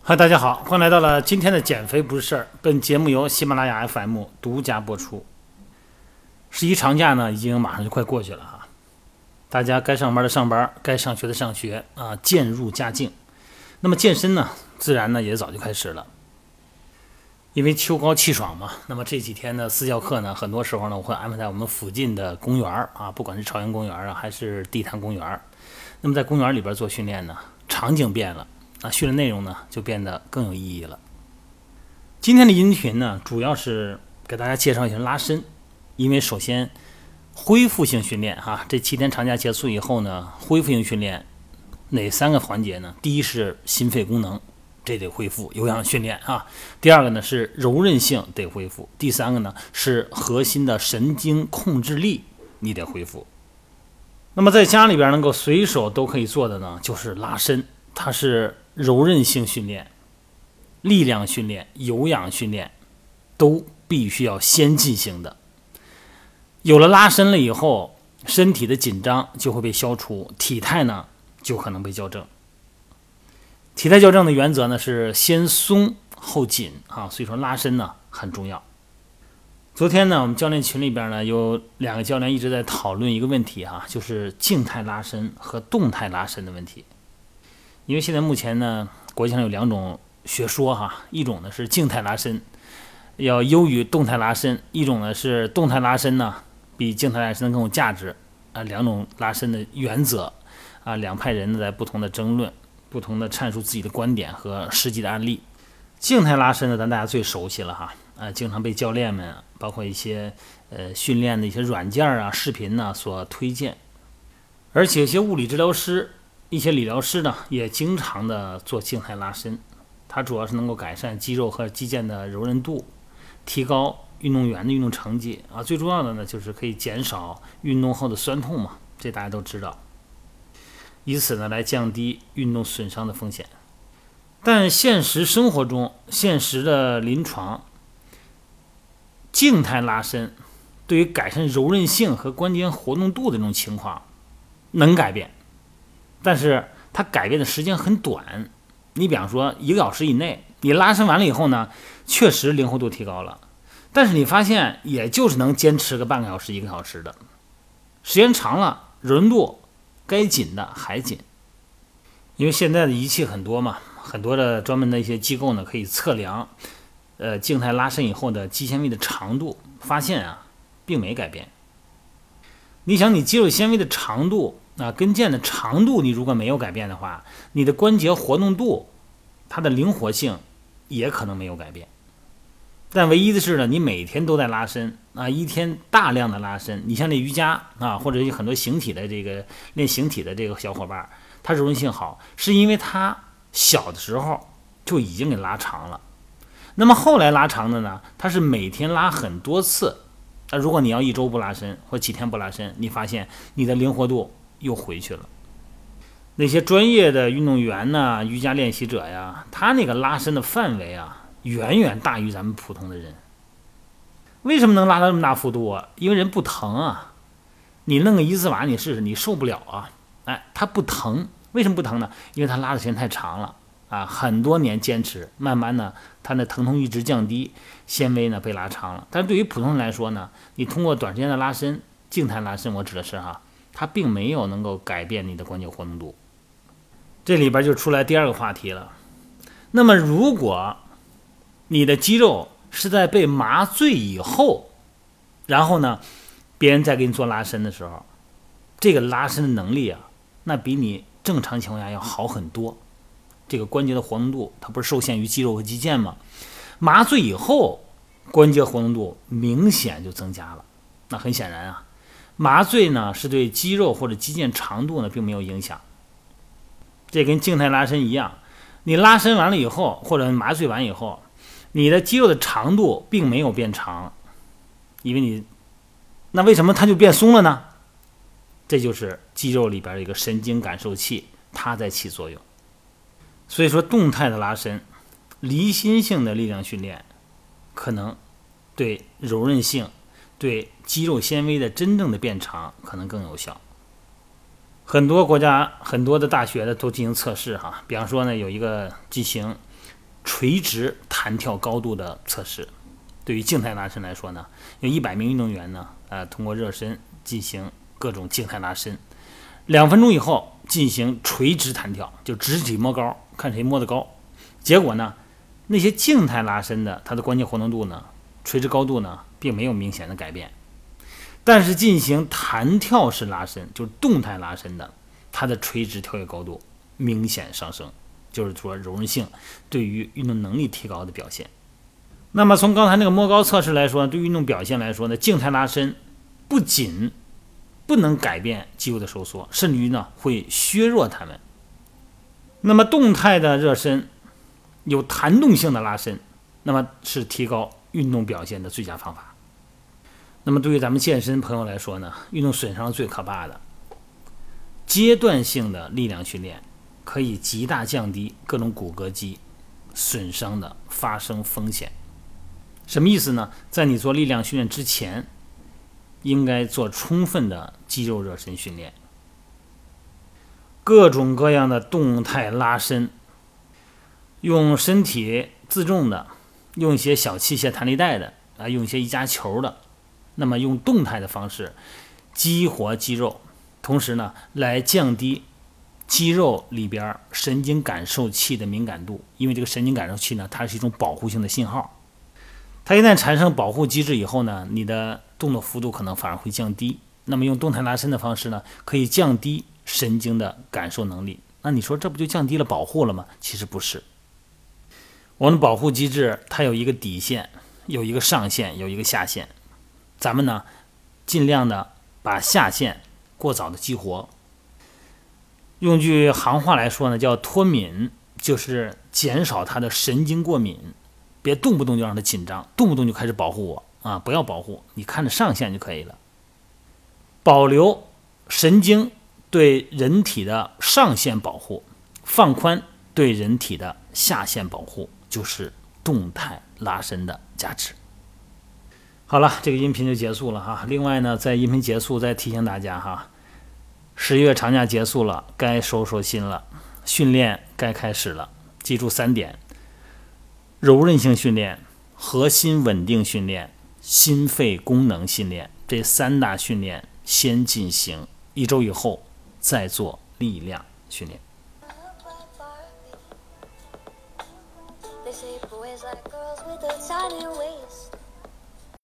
大家好，欢迎来到了今天的减肥不是事儿。本节目由喜马拉雅 FM 独家播出。十一长假呢，已经马上就快过去了哈，大家该上班的上班，该上学的上学啊，渐入佳境。那么健身呢，自然呢也早就开始了，因为秋高气爽嘛。那么这几天的私教课呢，很多时候呢，我会安排在我们附近的公园啊，不管是朝阳公园啊，还是地坛公园。那么在公园里边做训练呢，场景变了。训练内容呢就变得更有意义了。今天的音频呢，主要是给大家介绍一下拉伸，因为首先恢复性训练这7天长假结束以后呢，恢复性训练哪3个环节呢？第一是心肺功能，这得恢复，有氧训练第二个呢是柔韧性得恢复，第三个呢是核心的神经控制力，你得恢复。那么在家里边能够随手都可以做的呢，就是拉伸，它是柔韧性训练、力量训练、有氧训练都必须要先进行的。有了拉伸了以后，身体的紧张就会被消除，体态呢就可能被校正。体态校正的原则呢是先松后紧所以说拉伸呢很重要。昨天呢，我们教练群里边呢有2个教练一直在讨论一个问题就是静态拉伸和动态拉伸的问题。因为现在目前呢，国际上有2种学说一种呢是静态拉伸要优于动态拉伸，一种呢是动态拉伸呢比静态拉伸更有价值2种拉伸的原则2派人呢在不同的争论，不同的阐述自己的观点和实际的案例。静态拉伸呢，咱大家最熟悉了经常被教练们包括一些训练的一些软件视频所推荐，而且一些物理治疗师、一些理疗师呢也经常的做静态拉伸，它主要是能够改善肌肉和肌腱的柔韧度，提高运动员的运动成绩最重要的呢就是可以减少运动后的酸痛嘛，这大家都知道，以此呢来降低运动损伤的风险。但现实生活中，现实的临床，静态拉伸对于改善柔韧性和关节活动度的这种情况能改变，但是它改变的时间很短。你比方说1个小时以内，你拉伸完了以后呢，确实灵活度提高了，但是你发现也就是能坚持个半个小时、1个小时的，时间长了，柔韧度该紧的还紧。因为现在的仪器很多嘛，很多的专门的一些机构呢可以测量静态拉伸以后的肌纤维的长度，发现并没改变。你想，你肌肉纤维的长度跟腱的长度你如果没有改变的话，你的关节活动度它的灵活性也可能没有改变。但唯一的是呢，你每天都在拉伸一天大量的拉伸。你像这瑜伽或者有很多形体的这个练形体的这个小伙伴，他柔韧性好，是因为他小的时候就已经给拉长了。那么后来拉长的呢，他是每天拉很多次。如果你要1周不拉伸或几天不拉伸，你发现你的灵活度又回去了。那些专业的运动员瑜伽练习者他那个拉伸的范围远远大于咱们普通的人。为什么能拉到这么大幅度因为人不疼你弄个1字马你试试，你受不了它不疼。为什么不疼呢？因为它拉的时间太长了很多年坚持，慢慢呢它的疼痛阈值降低，纤维呢被拉长了。但是对于普通人来说呢，你通过短时间的拉伸，静态拉伸我指的是它并没有能够改变你的关节活动度。这里边就出来第2个话题了。那么如果你的肌肉是在被麻醉以后，然后呢别人在给你做拉伸的时候，这个拉伸的能力那比你正常情况下要好很多。这个关节的活动度它不是受限于肌肉和肌腱吗？麻醉以后关节活动度明显就增加了。那很显然麻醉呢是对肌肉或者肌腱长度呢并没有影响。这跟静态拉伸一样，你拉伸完了以后或者麻醉完以后，你的肌肉的长度并没有变长，因为那为什么它就变松了呢？这就是肌肉里边的一个神经感受器，它在起作用。所以说动态的拉伸、离心性的力量训练可能对柔韧性、对肌肉纤维的真正的变长可能更有效。很多国家很多的大学的都进行测试比方说呢，有一个进行垂直弹跳高度的测试。对于静态拉伸来说呢，有100名运动员呢，通过热身进行各种静态拉伸，2分钟以后进行垂直弹跳，就直体摸高，看谁摸得高。结果呢，那些静态拉伸的，它的关节活动度呢，垂直高度呢，并没有明显的改变。但是进行弹跳式拉伸，就是动态拉伸的，它的垂直跳跃高度明显上升，就是说柔韧性对于运动能力提高的表现。那么从刚才那个摸高测试来说，对运动表现来说呢，静态拉伸不仅不能改变肌肉的收缩，甚至于呢会削弱它们。那么动态的热身有弹动性的拉伸，那么是提高运动表现的最佳方法。那么对于咱们健身朋友来说呢，运动损伤最可怕的阶段性的力量训练可以极大降低各种骨骼肌损伤的发生风险。什么意思呢？在你做力量训练之前，应该做充分的肌肉热身训练，各种各样的动态拉伸，用身体自重的，用一些小器械弹力带的，用一些瑜伽球的，那么用动态的方式激活肌肉，同时呢，来降低肌肉里边神经感受器的敏感度，因为这个神经感受器呢，它是一种保护性的信号。它一旦产生保护机制以后呢，你的动作幅度可能反而会降低。那么用动态拉伸的方式呢，可以降低神经的感受能力。那你说这不就降低了保护了吗？其实不是。我们的保护机制它有一个底线，有一个上限，有一个下限。咱们呢，尽量的把下限过早的激活。用句行话来说呢，叫脱敏，就是减少它的神经过敏。别动不动就让它紧张，动不动就开始保护我不要保护，你看着上限就可以了。保留神经对人体的上限保护，放宽对人体的下限保护，就是动态拉伸的价值。好了，这个音频就结束了哈。另外呢，在音频结束再提醒大家哈，11月长假结束了，该收心了，训练该开始了。记住3点：柔韧性训练、核心稳定训练、心肺功能训练，这3大训练先进行，1周以后再做力量训练。